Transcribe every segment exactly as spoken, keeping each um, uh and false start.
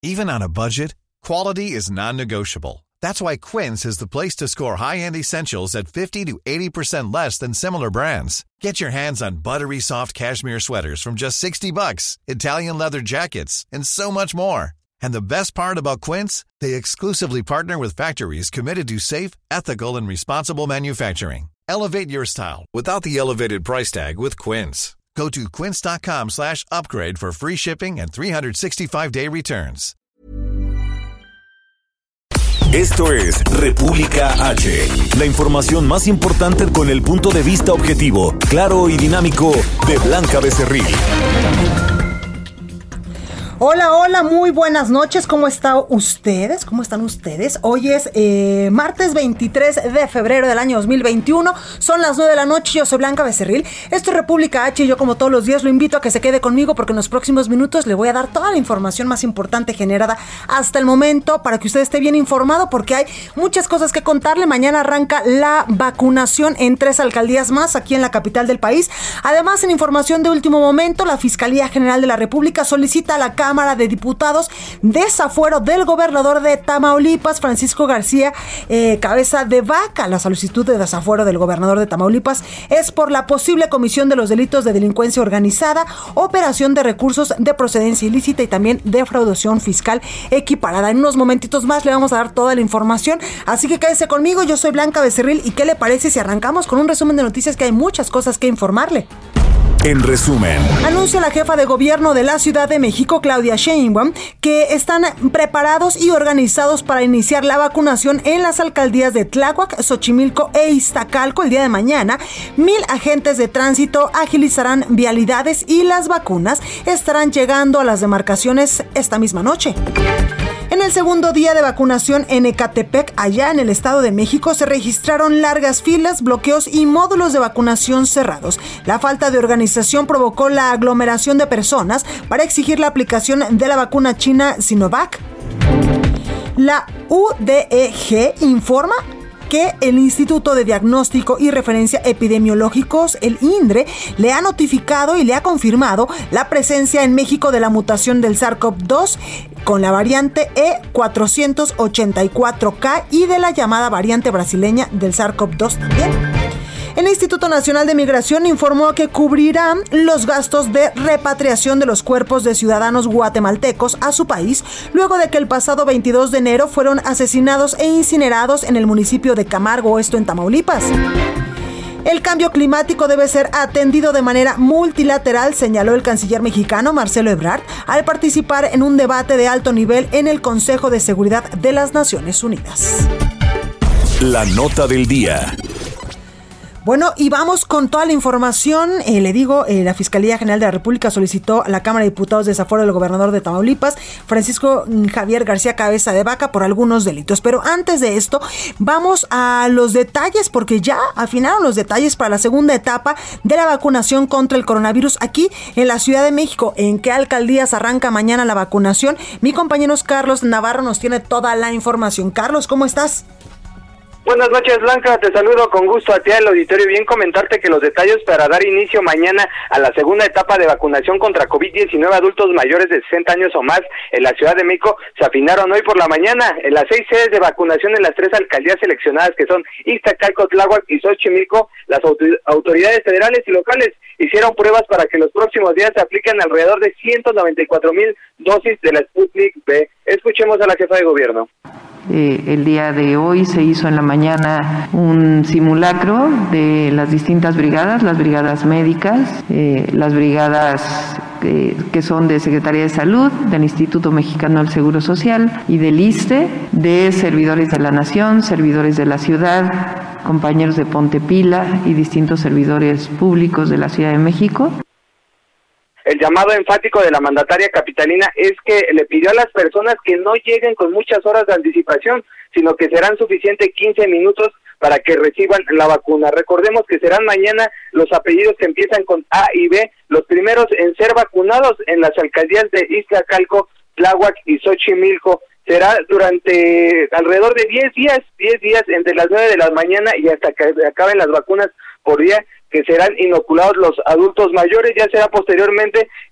Even on a budget, quality is non-negotiable. That's why Quince is the place to score high-end essentials at fifty to eighty percent less than similar brands. Get your hands on buttery soft cashmere sweaters from just sixty bucks, Italian leather jackets, and so much more. And the best part about Quince, they exclusively partner with factories committed to safe, ethical, and responsible manufacturing. Elevate your style without the elevated price tag with Quince. Go to quince.com slash upgrade for free shipping and three sixty-five day returns. Esto es República H, la información más importante con el punto de vista objetivo, claro y dinámico de Blanca Becerril. Hola, hola, muy buenas noches. ¿Cómo están ustedes? ¿Cómo están ustedes? Hoy es eh, martes veintitrés de febrero del año dos mil veintiuno. Son las nueve de la noche. Yo soy Blanca Becerril. Esto es República H y yo, como todos los días, lo invito a que se quede conmigo porque en los próximos minutos le voy a dar toda la información más importante generada hasta el momento para que usted esté bien informado, porque hay muchas cosas que contarle. Mañana arranca la vacunación en tres alcaldías más aquí en la capital del país. Además, en información de último momento, la Fiscalía General de la República solicita a la Cámara Cámara de Diputados desafuero del gobernador de Tamaulipas, Francisco García eh, Cabeza de Vaca. La solicitud de desafuero del gobernador de Tamaulipas es por la posible comisión de los delitos de delincuencia organizada, operación de recursos de procedencia ilícita y también defraudación fiscal equiparada. En unos momentitos más le vamos a dar toda la información, así que quédese conmigo. Yo soy Blanca Becerril y ¿qué le parece si arrancamos con un resumen de noticias, que hay muchas cosas que informarle? En resumen, anuncia la jefa de gobierno de la Ciudad de México, Claudia Sheinbaum, que están preparados y organizados para iniciar la vacunación en las alcaldías de Tláhuac, Xochimilco e Iztacalco el día de mañana. Mil agentes de tránsito agilizarán vialidades y las vacunas estarán llegando a las demarcaciones esta misma noche. En el segundo día de vacunación en Ecatepec, allá en el Estado de México, se registraron largas filas, bloqueos y módulos de vacunación cerrados. La falta de organización provocó la aglomeración de personas para exigir la aplicación de la vacuna china Sinovac. La U D E G informa que el Instituto de Diagnóstico y Referencia Epidemiológicos, el INDRE, le ha notificado y le ha confirmado la presencia en México de la mutación del SARS-CoV dos con la variante E cuatrocientos ochenta y cuatro K y de la llamada variante brasileña del SARS-CoV dos también. El Instituto Nacional de Migración informó que cubrirá los gastos de repatriación de los cuerpos de ciudadanos guatemaltecos a su país, luego de que el pasado veintidós de enero fueron asesinados e incinerados en el municipio de Camargo, esto en Tamaulipas. El cambio climático debe ser atendido de manera multilateral, señaló el canciller mexicano Marcelo Ebrard al participar en un debate de alto nivel en el Consejo de Seguridad de las Naciones Unidas. La nota del día. Bueno, y vamos con toda la información. Eh, le digo, eh, la Fiscalía General de la República solicitó a la Cámara de Diputados desafuero del gobernador de Tamaulipas, Francisco Javier García Cabeza de Vaca, por algunos delitos. Pero antes de esto, vamos a los detalles, porque ya afinaron los detalles para la segunda etapa de la vacunación contra el coronavirus aquí en la Ciudad de México. ¿En qué alcaldías arranca mañana la vacunación? Mi compañero Carlos Navarro nos tiene toda la información. Carlos, ¿cómo estás? Buenas noches, Blanca, te saludo con gusto a ti al auditorio. Bien comentarte que los detalles para dar inicio mañana a la segunda etapa de vacunación contra COVID diecinueve adultos mayores de sesenta años o más en la Ciudad de México se afinaron hoy por la mañana. En las seis sedes de vacunación en las tres alcaldías seleccionadas, que son Iztacalco, Tláhuac y Xochimilco, las autoridades federales y locales hicieron pruebas para que los próximos días se apliquen alrededor de ciento noventa y cuatro mil dosis de la Sputnik V. Escuchemos a la jefa de gobierno. Eh, el día de hoy se hizo en la mañana un simulacro de las distintas brigadas, las brigadas médicas, eh, las brigadas eh, que son de Secretaría de Salud, del Instituto Mexicano del Seguro Social y del ISSSTE, de servidores de la Nación, servidores de la ciudad, compañeros de Ponte Pila y distintos servidores públicos de la Ciudad de México. El llamado enfático de la mandataria capitalina es que le pidió a las personas que no lleguen con muchas horas de anticipación, sino que serán suficientes quince minutos para que reciban la vacuna. Recordemos que serán mañana los apellidos que empiezan con A y B, los primeros en ser vacunados en las alcaldías de Iztacalco, Tláhuac y Xochimilco. Será durante alrededor de diez días, diez días entre las nueve de la mañana y hasta que acaben las vacunas por día, que serán inoculados los adultos mayores. Ya será posteriormente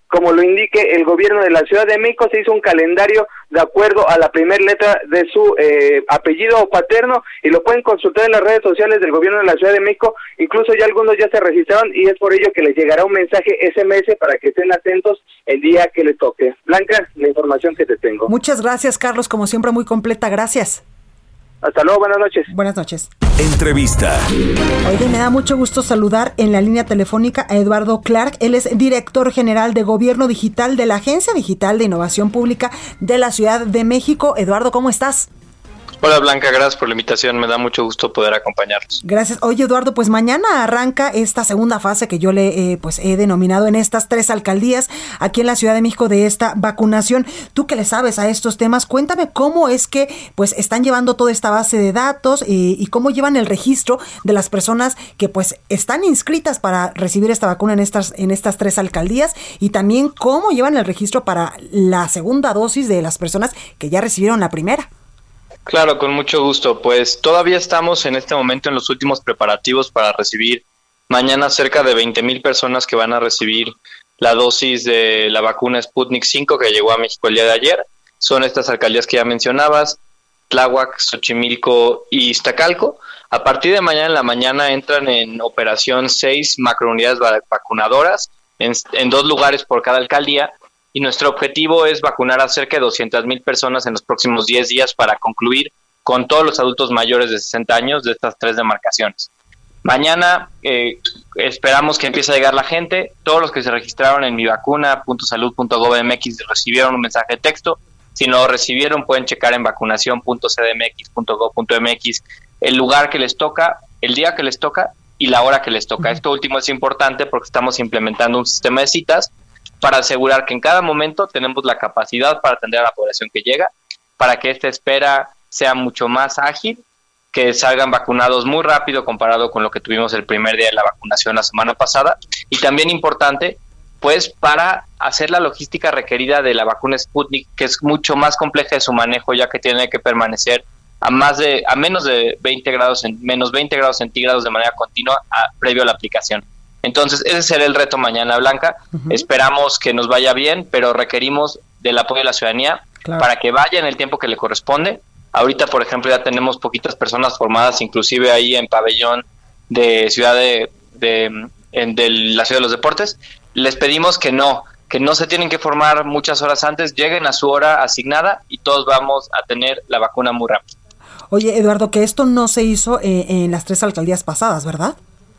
como lo indique el gobierno de la Ciudad de México. Se hizo un calendario de acuerdo a la primera letra de su eh, apellido paterno y lo pueden consultar en las redes sociales del gobierno de la Ciudad de México. Incluso ya algunos ya se registraron y es por ello que les llegará un mensaje ese eme ese para que estén atentos el día que les toque. Blanca, la información que te tengo. Muchas gracias, Carlos, como siempre muy completa, gracias. Hasta luego, buenas noches. Buenas noches. Entrevista. Oye, me da mucho gusto saludar en la línea telefónica a Eduardo Clark. Él es director general de Gobierno Digital de la Agencia Digital de Innovación Pública de la Ciudad de México. Eduardo, ¿cómo estás? Hola Blanca, gracias por la invitación, me da mucho gusto poder acompañarlos. Gracias. Oye Eduardo, pues mañana arranca esta segunda fase que yo le eh, pues he denominado en estas tres alcaldías aquí en la Ciudad de México de esta vacunación. Tú que le sabes a estos temas, cuéntame cómo es que pues están llevando toda esta base de datos y, y cómo llevan el registro de las personas que pues están inscritas para recibir esta vacuna en estas, en estas tres alcaldías y también cómo llevan el registro para la segunda dosis de las personas que ya recibieron la primera. Claro, con mucho gusto. Pues todavía estamos en este momento en los últimos preparativos para recibir mañana cerca de veinte mil personas que van a recibir la dosis de la vacuna Sputnik cinco que llegó a México el día de ayer. Son estas alcaldías que ya mencionabas, Tláhuac, Xochimilco y Iztacalco. A partir de mañana en la mañana entran en operación seis macrounidades vacunadoras en, en dos lugares por cada alcaldía. Y nuestro objetivo es vacunar a cerca de doscientas mil personas en los próximos diez días para concluir con todos los adultos mayores de sesenta años de estas tres demarcaciones. Mañana eh, esperamos que empiece a llegar la gente. Todos los que se registraron en mivacuna punto salud punto gov punto mx recibieron un mensaje de texto. Si no lo recibieron, pueden checar en vacunación punto c d m x punto gov punto mx el lugar que les toca, el día que les toca y la hora que les toca. Esto último es importante porque estamos implementando un sistema de citas para asegurar que en cada momento tenemos la capacidad para atender a la población que llega, para que esta espera sea mucho más ágil, que salgan vacunados muy rápido comparado con lo que tuvimos el primer día de la vacunación la semana pasada, y también importante, pues para hacer la logística requerida de la vacuna Sputnik, que es mucho más compleja de su manejo, ya que tiene que permanecer a más de a menos de veinte grados, menos veinte grados centígrados de manera continua a, previo a la aplicación. Entonces, ese será el reto mañana, Blanca. Uh-huh. Esperamos que nos vaya bien, pero requerimos del apoyo de la ciudadanía claro. para que vaya en el tiempo que le corresponde. Ahorita, por ejemplo, ya tenemos poquitas personas formadas, inclusive ahí en pabellón de Ciudad de, de, en, de la Ciudad de los Deportes. Les pedimos que no, que no se tienen que formar muchas horas antes, lleguen a su hora asignada y todos vamos a tener la vacuna muy rápido. Oye, Eduardo, que esto no se hizo eh, en las tres alcaldías pasadas, ¿verdad?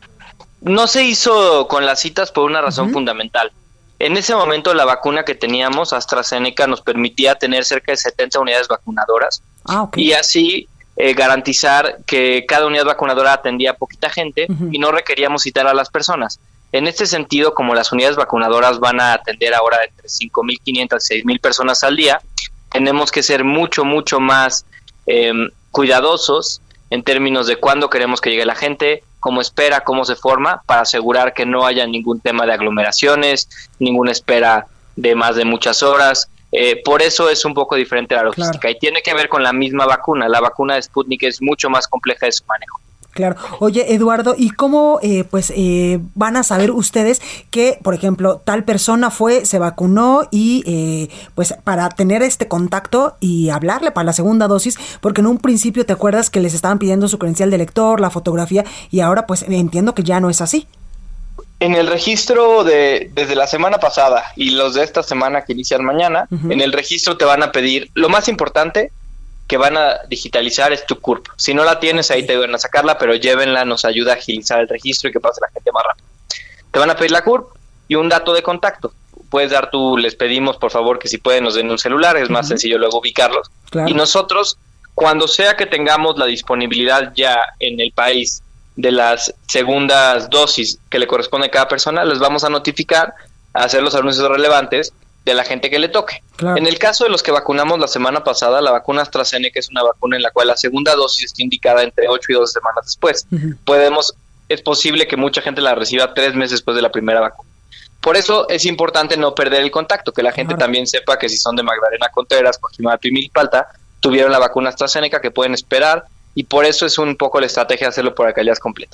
No se hizo con las citas por una razón uh-huh. fundamental. En ese momento la vacuna que teníamos, AstraZeneca, nos permitía tener cerca de setenta unidades vacunadoras ah, okay. y así eh, garantizar que cada unidad vacunadora atendía a poquita gente uh-huh. y no requeríamos citar a las personas. En este sentido, como las unidades vacunadoras van a atender ahora entre cinco mil quinientas y seis mil personas al día, tenemos que ser mucho, mucho más eh, cuidadosos en términos de cuándo queremos que llegue la gente, cómo espera, cómo se forma, para asegurar que no haya ningún tema de aglomeraciones, ninguna espera de más de muchas horas. Eh, por eso es un poco diferente la logística claro. y tiene que ver con la misma vacuna. La vacuna de Sputnik es mucho más compleja de su manejo. Claro. Oye, Eduardo, ¿y cómo eh, pues eh, van a saber ustedes que, por ejemplo, tal persona fue, se vacunó y eh, pues para tener este contacto y hablarle para la segunda dosis? Porque en un principio te acuerdas que les estaban pidiendo su credencial de lector, la fotografía, y ahora pues entiendo que ya no es así. En el registro de desde la semana pasada y los de esta semana que inician mañana, uh-huh. en el registro te van a pedir, lo más importante que van a digitalizar es tu C U R P. Si no la tienes, ahí te van a sacarla, pero llévenla, nos ayuda a agilizar el registro y que pase la gente más rápido. Te van a pedir la C U R P y un dato de contacto. Puedes dar tú, les pedimos por favor que si pueden nos den un celular, es más uh-huh. sencillo luego ubicarlos. Claro. Y nosotros, cuando sea que tengamos la disponibilidad ya en el país de las segundas dosis que le corresponde a cada persona, les vamos a notificar, a hacer los anuncios relevantes de la gente que le toque. Claro. En el caso de los que vacunamos la semana pasada, la vacuna AstraZeneca es una vacuna en la cual la segunda dosis está indicada entre ocho y doce semanas después. Uh-huh. Podemos, es posible que mucha gente la reciba tres meses después de la primera vacuna. Por eso es importante no perder el contacto, que la gente claro. también sepa que si son de Magdalena Contreras, Coajimalpa y Milpalta, tuvieron la vacuna AstraZeneca, que pueden esperar, y por eso es un poco la estrategia de hacerlo por alcaldías completas.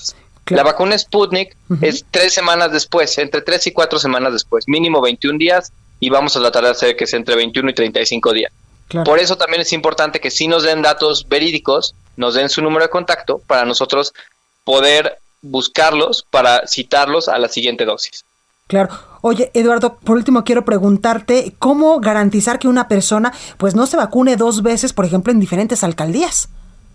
Claro. La vacuna Sputnik uh-huh. es tres semanas después, entre tres y cuatro semanas después, mínimo veintiún días, y vamos a tratar de hacer que sea entre veintiuno y treinta y cinco días. Claro. Por eso también es importante que sí nos den datos verídicos, nos den su número de contacto para nosotros poder buscarlos para citarlos a la siguiente dosis. Claro. Oye, Eduardo, por último quiero preguntarte, ¿cómo garantizar que una persona pues no se vacune dos veces, por ejemplo, en diferentes alcaldías?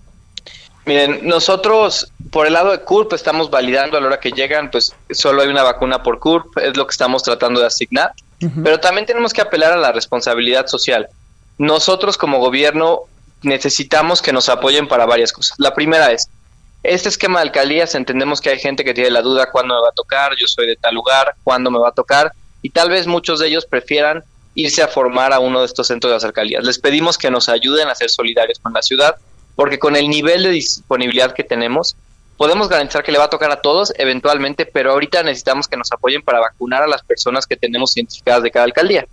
Miren, nosotros por el lado de C U R P estamos validando a la hora que llegan, pues solo hay una vacuna por C U R P, es lo que estamos tratando de asignar, uh-huh. pero también tenemos que apelar a la responsabilidad social. Nosotros como gobierno necesitamos que nos apoyen para varias cosas. La primera es, este esquema de alcaldías, entendemos que hay gente que tiene la duda cuándo me va a tocar, yo soy de tal lugar, cuándo me va a tocar, y tal vez muchos de ellos prefieran irse a formar a uno de estos centros de las alcaldías. Les pedimos que nos ayuden a ser solidarios con la ciudad, porque con el nivel de disponibilidad que tenemos, podemos garantizar que le va a tocar a todos eventualmente, pero ahorita necesitamos que nos apoyen para vacunar a las personas que tenemos identificadas de cada alcaldía.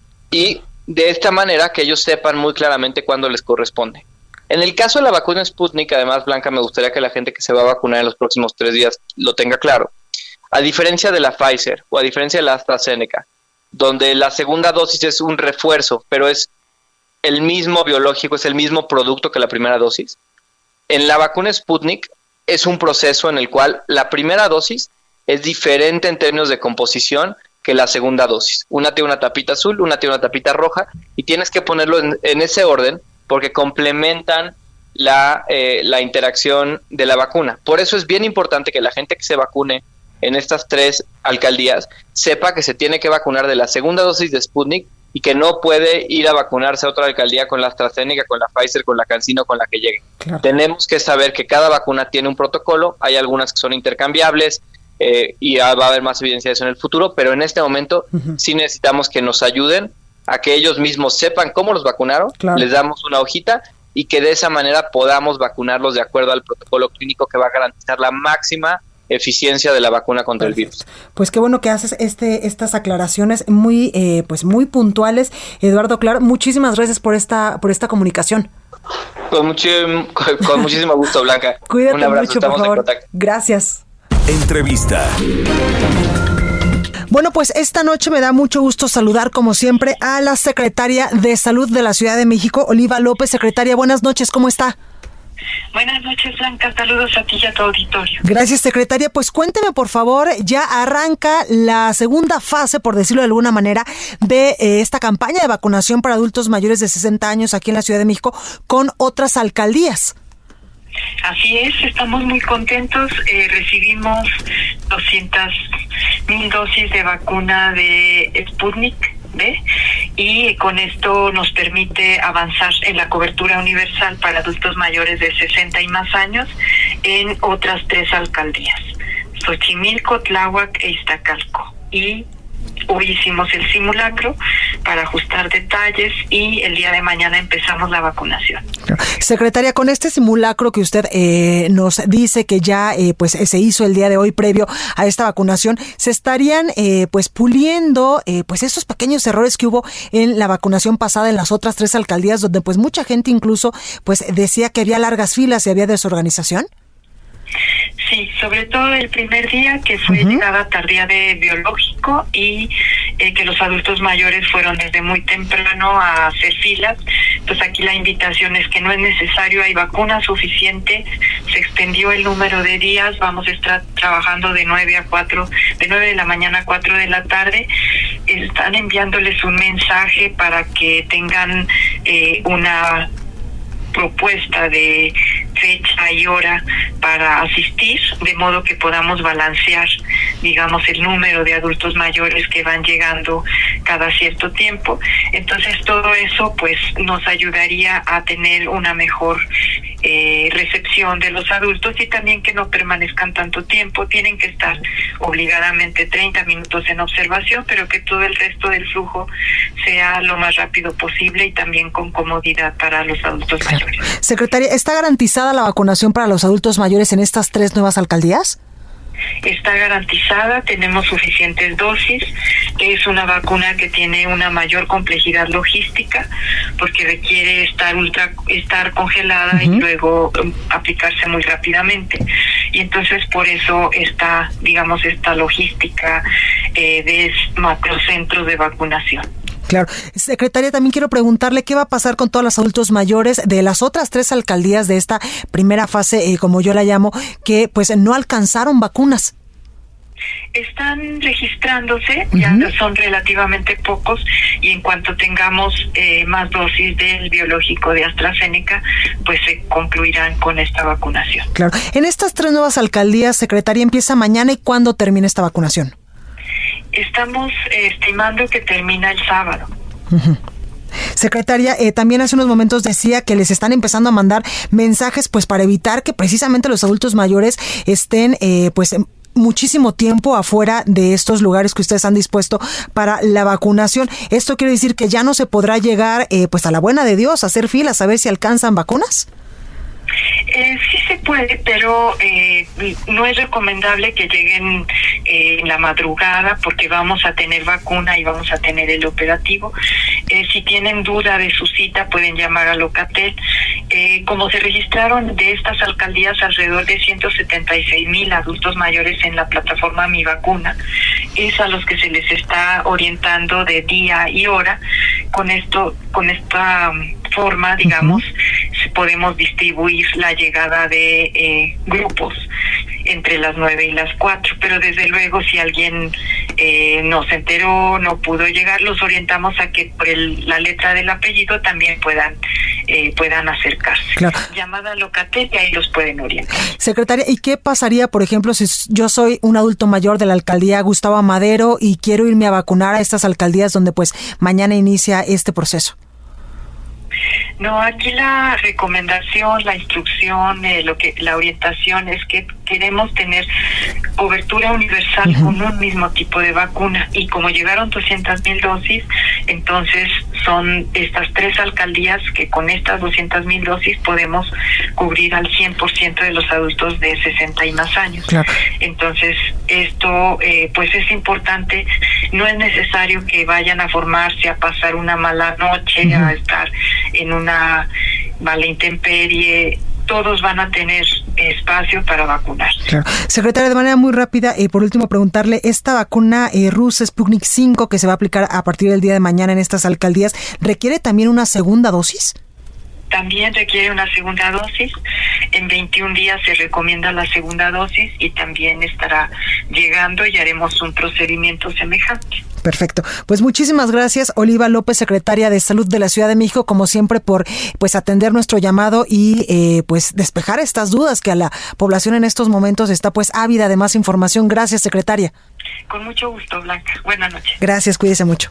Y de esta manera que ellos sepan muy claramente cuándo les corresponde. En el caso de la vacuna Sputnik, además, Blanca, me gustaría que la gente que se va a vacunar en los próximos tres días lo tenga claro. A diferencia de la Pfizer o a diferencia de la AstraZeneca, donde la segunda dosis es un refuerzo, pero es el mismo biológico, es el mismo producto que la primera dosis. En la vacuna Sputnik es un proceso en el cual la primera dosis es diferente en términos de composición que la segunda dosis. Una tiene una tapita azul, una tiene una tapita roja, y tienes que ponerlo en, en ese orden porque complementan la, eh, la interacción de la vacuna. Por eso es bien importante que la gente que se vacune en estas tres alcaldías sepa que se tiene que vacunar de la segunda dosis de Sputnik y que no puede ir a vacunarse a otra alcaldía con la AstraZeneca, con la Pfizer, con la CanSino, con la que llegue. Claro. Tenemos que saber que cada vacuna tiene un protocolo, hay algunas que son intercambiables, Eh, y va a haber más evidencia de eso en el futuro, pero en este momento uh-huh. sí necesitamos que nos ayuden a que ellos mismos sepan cómo los vacunaron, claro. les damos una hojita y que de esa manera podamos vacunarlos de acuerdo al protocolo clínico que va a garantizar la máxima eficiencia de la vacuna contra Perfecto. el virus. Pues qué bueno que haces este estas aclaraciones muy eh, pues muy puntuales, Eduardo. Claro, muchísimas gracias por esta por esta comunicación. Con, mucho, con, con muchísimo gusto, Blanca. Cuídate Un abrazo, mucho, estamos por favor. en contacto. Gracias. Entrevista. Bueno, pues esta noche me da mucho gusto saludar, como siempre, a la secretaria de Salud de la Ciudad de México, Oliva López. Secretaria, buenas noches, ¿cómo está? Buenas noches, Blanca. Saludos a ti y a tu auditorio. Gracias, secretaria. Pues cuénteme, por favor, ya arranca la segunda fase, por decirlo de alguna manera, de eh, esta campaña de vacunación para adultos mayores de sesenta años aquí en la Ciudad de México con otras alcaldías. Así es, estamos muy contentos. Eh, recibimos doscientas mil dosis de vacuna de Sputnik ¿ve? Y con esto nos permite avanzar en la cobertura universal para adultos mayores de sesenta y más años en otras tres alcaldías: Xochimilco, Tláhuac e Iztacalco. Y hoy hicimos el simulacro para ajustar detalles y el día de mañana empezamos la vacunación. Secretaria, con este simulacro que usted eh, nos dice que ya eh, pues se hizo el día de hoy previo a esta vacunación, se estarían eh, pues puliendo eh, pues esos pequeños errores que hubo en la vacunación pasada en las otras tres alcaldías, donde pues mucha gente incluso pues decía que había largas filas y había desorganización. Sí, sobre todo el primer día, que fue uh-huh. llegada tardía de biológico y eh, que los adultos mayores fueron desde muy temprano a hacer filas. Pues aquí la invitación es que no es necesario, hay vacunas suficientes, se extendió el número de días, vamos a estar trabajando de nueve a cuatro, de nueve de la mañana a cuatro de la tarde. Están enviándoles un mensaje para que tengan eh, una propuesta de fecha y hora para asistir, de modo que podamos balancear, digamos, el número de adultos mayores que van llegando cada cierto tiempo. Entonces todo eso pues nos ayudaría a tener una mejor eh, recepción de los adultos y también que no permanezcan tanto tiempo. Tienen que estar obligadamente treinta minutos en observación, pero que todo el resto del flujo sea lo más rápido posible y también con comodidad para los adultos mayores. Secretaria, ¿está garantizada la vacunación para los adultos mayores en estas tres nuevas alcaldías? Está garantizada, tenemos suficientes dosis. Es una vacuna que tiene una mayor complejidad logística porque requiere estar ultra estar congelada uh-huh. y luego um, aplicarse muy rápidamente. y entonces por eso está, digamos, esta logística eh, de macrocentros de vacunación. Claro. Secretaria, también quiero preguntarle qué va a pasar con todos los adultos mayores de las otras tres alcaldías de esta primera fase, eh, como yo la llamo, que pues no alcanzaron vacunas. Están registrándose, uh-huh. ya son relativamente pocos, y en cuanto tengamos eh, más dosis del biológico de AstraZeneca, pues se concluirán con esta vacunación. Claro. En estas tres nuevas alcaldías, secretaria, empieza mañana, ¿y cuándo termina esta vacunación? Estamos eh, estimando que termina el sábado. Uh-huh. Secretaria, eh, también hace unos momentos decía que les están empezando a mandar mensajes pues para evitar que precisamente los adultos mayores estén eh, pues muchísimo tiempo afuera de estos lugares que ustedes han dispuesto para la vacunación. ¿Esto quiere decir que ya no se podrá llegar eh, pues a la buena de Dios, a hacer filas, a ver si alcanzan vacunas? Eh, sí se puede, pero eh, no es recomendable que lleguen eh, en la madrugada porque vamos a tener vacuna y vamos a tener el operativo. Eh, si tienen duda de su cita pueden llamar a Locatel. Eh, como se registraron de estas alcaldías alrededor de ciento setenta y seis mil adultos mayores en la plataforma Mi Vacuna, es a los que se les está orientando de día y hora. Con esto, con esta forma, digamos, uh-huh. podemos distribuir la llegada de eh, grupos entre las nueve y las cuatro, pero desde luego si alguien eh, no se enteró, no pudo llegar, los orientamos a que por el, la letra del apellido también puedan eh, puedan acercarse. Claro. Llamada a Locatel y ahí los pueden orientar. Secretaria, ¿y qué pasaría, por ejemplo, si yo soy un adulto mayor de la alcaldía Gustavo Amadero y quiero irme a vacunar a estas alcaldías donde pues mañana inicia este proceso? No, aquí la recomendación, la instrucción, eh, lo que la orientación es que queremos tener cobertura universal uh-huh. con un mismo tipo de vacuna, y como llegaron doscientas mil dosis, entonces son estas tres alcaldías que con estas doscientas mil dosis podemos cubrir al cien por ciento de los adultos de sesenta y más años. Claro. Entonces esto eh, pues es importante, no es necesario que vayan a formarse, a pasar una mala noche, uh-huh. a estar en una mala intemperie. Todos van a tener espacio para vacunar. Claro. Secretaria, de manera muy rápida, y eh, por último preguntarle, esta vacuna eh, rusa Sputnik cinco que se va a aplicar a partir del día de mañana en estas alcaldías, ¿requiere también una segunda dosis? También requiere una segunda dosis. En veintiún días se recomienda la segunda dosis y también estará llegando y haremos un procedimiento semejante. Perfecto. Pues muchísimas gracias, Oliva López, secretaria de Salud de la Ciudad de México, como siempre, por pues atender nuestro llamado y eh, pues despejar estas dudas que a la población en estos momentos está pues ávida de más información. Gracias, secretaria. Con mucho gusto, Blanca. Buenas noches. Gracias, cuídese mucho.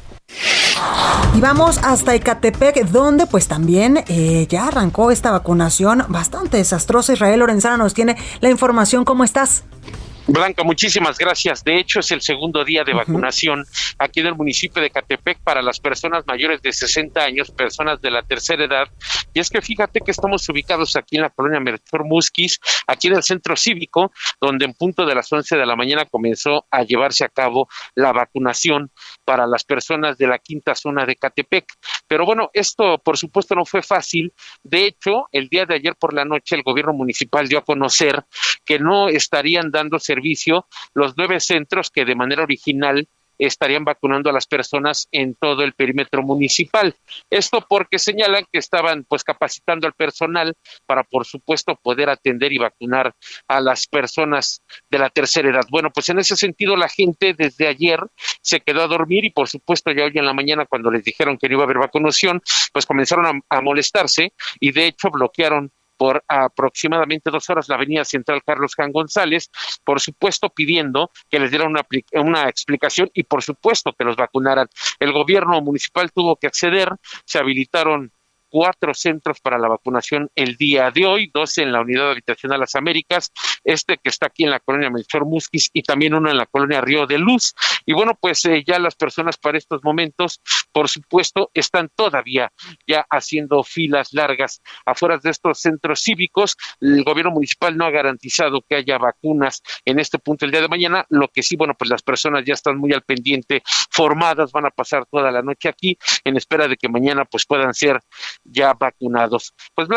Y vamos hasta Ecatepec, donde pues también eh, ya arrancó esta vacunación bastante desastrosa. Israel Lorenzana nos tiene la información. ¿Cómo estás? Blanca, muchísimas gracias. De hecho, es el segundo día de vacunación uh-huh. aquí en el municipio de Ecatepec para las personas mayores de sesenta años, personas de la tercera edad. Y es que fíjate que estamos ubicados aquí en la colonia Melchor Musquiz, aquí en el centro cívico, donde en punto de las once de la mañana comenzó a llevarse a cabo la vacunación para las personas de la quinta zona de Ecatepec. Pero bueno, esto por supuesto no fue fácil. De hecho, el día de ayer por la noche el gobierno municipal dio a conocer que no estarían dando servicio los nueve centros que de manera original estarían vacunando a las personas en todo el perímetro municipal. Esto porque señalan que estaban pues capacitando al personal para por supuesto poder atender y vacunar a las personas de la tercera edad. Bueno, pues en ese sentido la gente desde ayer se quedó a dormir y por supuesto ya hoy en la mañana cuando les dijeron que no iba a haber vacunación, pues comenzaron a, a molestarse y de hecho bloquearon por aproximadamente dos horas la avenida Central Carlos Jan González, por supuesto pidiendo que les dieran una, una explicación y por supuesto que los vacunaran. El gobierno municipal tuvo que acceder, se habilitaron cuatro centros para la vacunación el día de hoy, dos en la unidad habitacional Las Américas, este que está aquí en la colonia Melchor Musquiz y también uno en la colonia Río de Luz. Y bueno, pues eh, ya las personas para estos momentos, por supuesto, están todavía ya haciendo filas largas afuera de estos centros cívicos. El gobierno municipal no ha garantizado que haya vacunas en este punto el día de mañana, lo que sí, bueno, pues las personas ya están muy al pendiente, formadas, van a pasar toda la noche aquí en espera de que mañana pues puedan ser ya vacunados. Pues Blanca,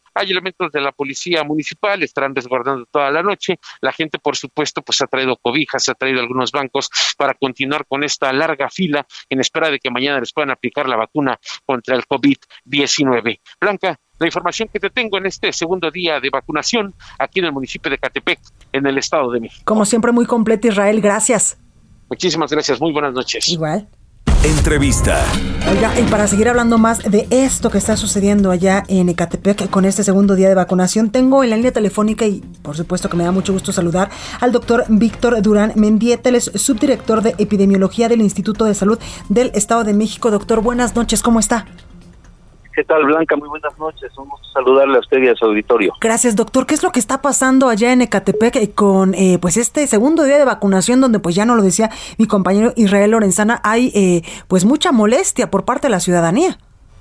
hay elementos de la policía municipal, estarán resguardando toda la noche. La gente, por supuesto, pues ha traído cobijas, ha traído algunos bancos para continuar con esta larga fila en espera de que mañana les puedan aplicar la vacuna contra el COVID diecinueve. Blanca, la información que te tengo en este segundo día de vacunación aquí en el municipio de Catepec, en el Estado de México. Como siempre, muy completo, Israel, gracias. Muchísimas gracias, muy buenas noches. Igual. Entrevista. Oiga, y para seguir hablando más de esto que está sucediendo allá en Ecatepec con este segundo día de vacunación, tengo en la línea telefónica, y por supuesto que me da mucho gusto saludar al doctor Víctor Durán Mendieta, él es subdirector de epidemiología del Instituto de Salud del Estado de México. Doctor, buenas noches, ¿cómo está? ¿Qué tal, Blanca? Muy buenas noches. Un gusto saludarle a usted y a su auditorio. Gracias, doctor. ¿Qué es lo que está pasando allá en Ecatepec con eh, pues este segundo día de vacunación, donde, pues ya no lo decía mi compañero Israel Lorenzana, hay eh, pues mucha molestia por parte de la ciudadanía?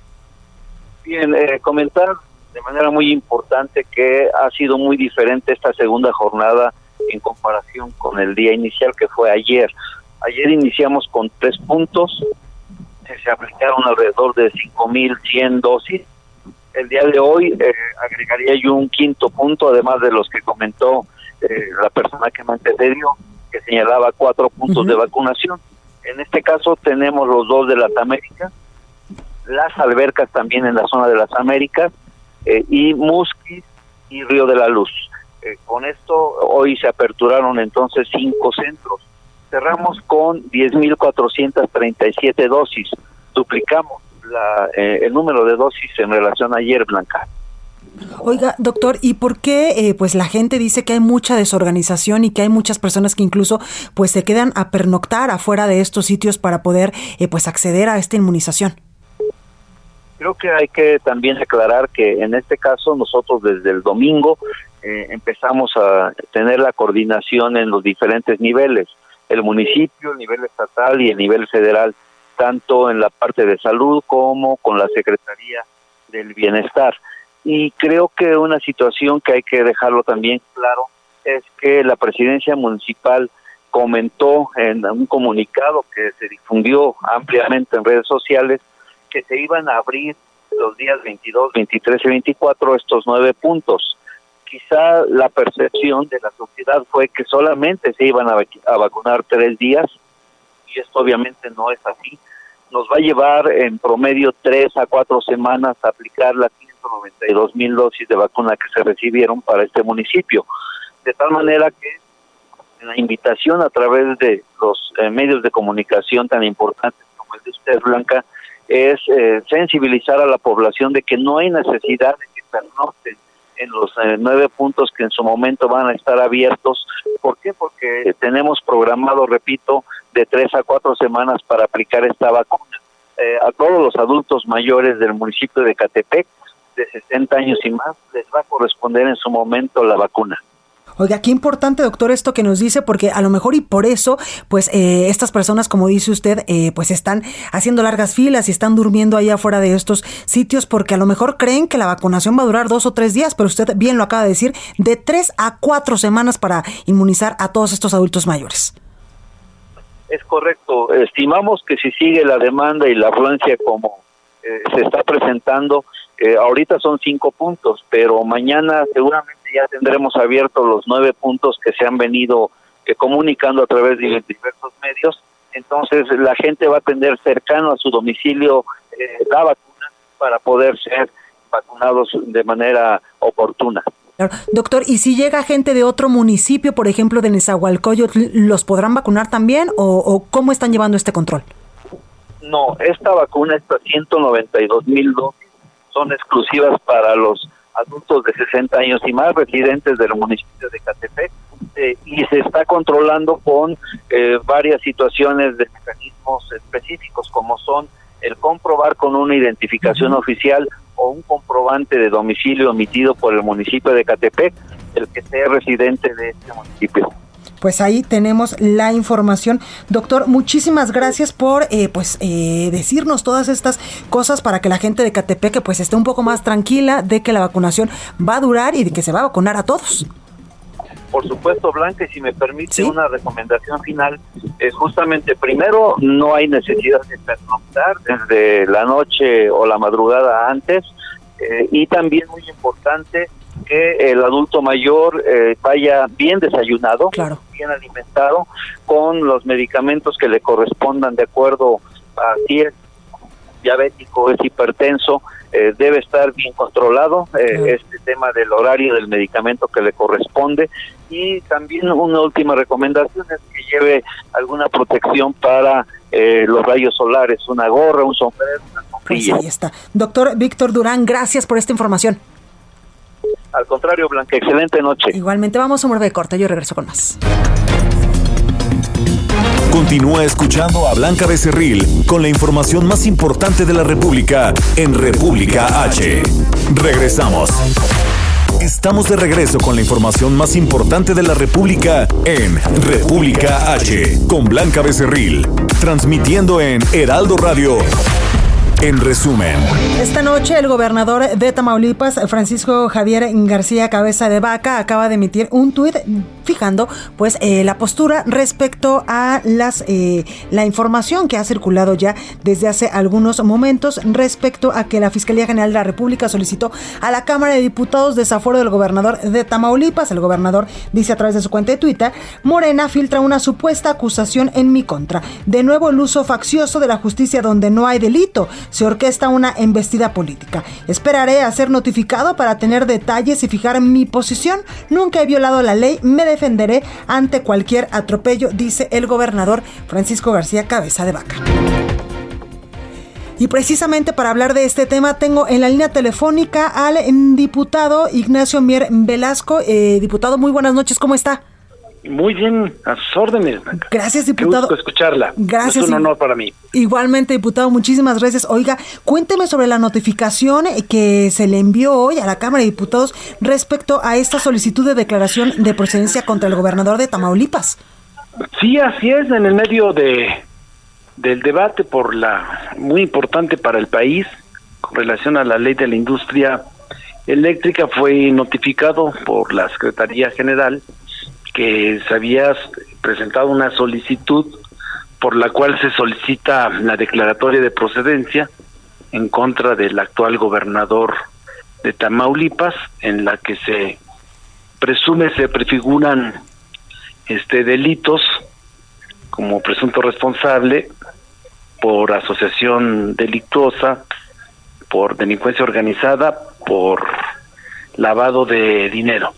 Bien, eh, comentar de manera muy importante que ha sido muy diferente esta segunda jornada en comparación con el día inicial, que fue ayer. Ayer iniciamos con tres puntos. Se aplicaron alrededor de cinco mil cien dosis. El día de hoy eh, agregaría yo un quinto punto, además de los que comentó eh, la persona que me antecedió, que señalaba cuatro puntos uh-huh. de vacunación. En este caso tenemos los dos de las Américas, las albercas también en la zona de las Américas, eh, y Musquis y Río de la Luz. Eh, con esto hoy se aperturaron entonces cinco centros. Cerramos con diez mil cuatrocientas treinta y siete dosis. Duplicamos la, eh, el número de dosis en relación a ayer, Blanca. Oiga, doctor, ¿y por qué eh, pues la gente dice que hay mucha desorganización y que hay muchas personas que incluso pues se quedan a pernoctar afuera de estos sitios para poder eh, pues acceder a esta inmunización? Creo que hay que también aclarar que en este caso nosotros desde el domingo eh, empezamos a tener la coordinación en los diferentes niveles. El municipio, el nivel estatal y el nivel federal, tanto en la parte de salud como con la Secretaría del Bienestar. Y creo que una situación que hay que dejarlo también claro es que la presidencia municipal comentó en un comunicado que se difundió ampliamente en redes sociales que se iban a abrir los días veintidós, veintitrés y veinticuatro estos nueve puntos. Quizá la percepción de la sociedad fue que solamente se iban a, vac- a vacunar tres días, y esto obviamente no es así. Nos va a llevar en promedio tres a cuatro semanas a aplicar las ciento noventa y dos mil dosis de vacuna que se recibieron para este municipio. De tal manera que la invitación a través de los eh, medios de comunicación tan importantes como el de usted, Blanca, es eh, sensibilizar a la población de que no hay necesidad de que pernocten en los eh, nueve puntos que en su momento van a estar abiertos. ¿Por qué? Porque tenemos programado, repito, de tres a cuatro semanas para aplicar esta vacuna. Eh, a todos los adultos mayores del municipio de Ecatepec, de sesenta años y más, les va a corresponder en su momento la vacuna. Oiga, qué importante, doctor, esto que nos dice, porque a lo mejor y por eso, pues eh, estas personas, como dice usted, eh, pues están haciendo largas filas y están durmiendo ahí afuera de estos sitios, porque a lo mejor creen que la vacunación va a durar dos o tres días, pero usted bien lo acaba de decir, de tres a cuatro semanas para inmunizar a todos estos adultos mayores. Es correcto. Estimamos que si sigue la demanda y la afluencia como eh, se está presentando, eh, ahorita son cinco puntos, pero mañana seguramente ya tendremos abiertos los nueve puntos que se han venido eh, comunicando a través de diversos medios. Entonces la gente va a tener cercano a su domicilio eh, la vacuna para poder ser vacunados de manera oportuna. Doctor, ¿y si llega gente de otro municipio, por ejemplo de Nezahualcóyotl, los podrán vacunar también o, o cómo están llevando este control? No, esta vacuna, estas ciento noventa y dos mil dosis, son exclusivas para los adultos de sesenta años y más residentes del municipio de Ecatepec, eh, y se está controlando con eh, varias situaciones de mecanismos específicos, como son el comprobar con una identificación uh-huh. oficial o un comprobante de domicilio emitido por el municipio de Ecatepec, el que sea residente de este municipio. Pues ahí tenemos la información. Doctor, muchísimas gracias por eh, pues eh, decirnos todas estas cosas para que la gente de Ecatepec pues esté un poco más tranquila de que la vacunación va a durar y de que se va a vacunar a todos. Por supuesto, Blanca, y si me permite ¿Sí? una recomendación final, es justamente, primero, no hay necesidad de pernoctar desde la noche o la madrugada antes. eh, y también muy importante que el adulto mayor eh, vaya bien desayunado, claro, bien alimentado, con los medicamentos que le correspondan de acuerdo a si es diabético, es hipertenso, eh, debe estar bien controlado eh, claro. este tema del horario del medicamento que le corresponde. Y también una última recomendación es que lleve alguna protección para eh, los rayos solares, una gorra, un sombrero, una sombrilla. Pues ahí está. Doctor Víctor Durán, gracias por esta información. Al contrario, Blanca, excelente noche. Igualmente, vamos a un breve corte, yo regreso con más. Continúa escuchando a Blanca Becerril con la información más importante de la República en República H. Regresamos. Estamos de regreso con la información más importante de la República en República H con Blanca Becerril, transmitiendo en Heraldo Radio. En resumen, esta noche el gobernador de Tamaulipas, Francisco Javier García Cabeza de Vaca, acaba de emitir un tuit fijando pues eh, la postura respecto a las eh, la información que ha circulado ya desde hace algunos momentos respecto a que la Fiscalía General de la República solicitó a la Cámara de Diputados desafuero del gobernador de Tamaulipas. El gobernador dice a través de su cuenta de Twitter: Morena filtra una supuesta acusación en mi contra. De nuevo el uso faccioso de la justicia donde no hay delito. Se orquesta una embestida política. Esperaré a ser notificado para tener detalles y fijar mi posición. Nunca he violado la ley. Me defenderé ante cualquier atropello, dice el gobernador Francisco García Cabeza de Vaca. Y precisamente para hablar de este tema tengo en la línea telefónica al diputado Ignacio Mier Velasco. Eh, diputado, muy buenas noches, ¿cómo está? Muy bien, a sus órdenes. Gracias, diputado. Qué gusto escucharla. Gracias. Es un honor para mí. Igualmente, diputado, muchísimas gracias. Oiga, cuénteme sobre la notificación que se le envió hoy a la Cámara de Diputados respecto a esta solicitud de declaración de procedencia contra el gobernador de Tamaulipas. Sí, así es, en el medio de del debate por la muy importante para el país con relación a la ley de la industria eléctrica, fue notificado por la Secretaría General que se había presentado una solicitud por la cual se solicita la declaratoria de procedencia en contra del actual gobernador de Tamaulipas, en la que se presume se prefiguran este delitos como presunto responsable por asociación delictuosa, por delincuencia organizada, por lavado de dinero.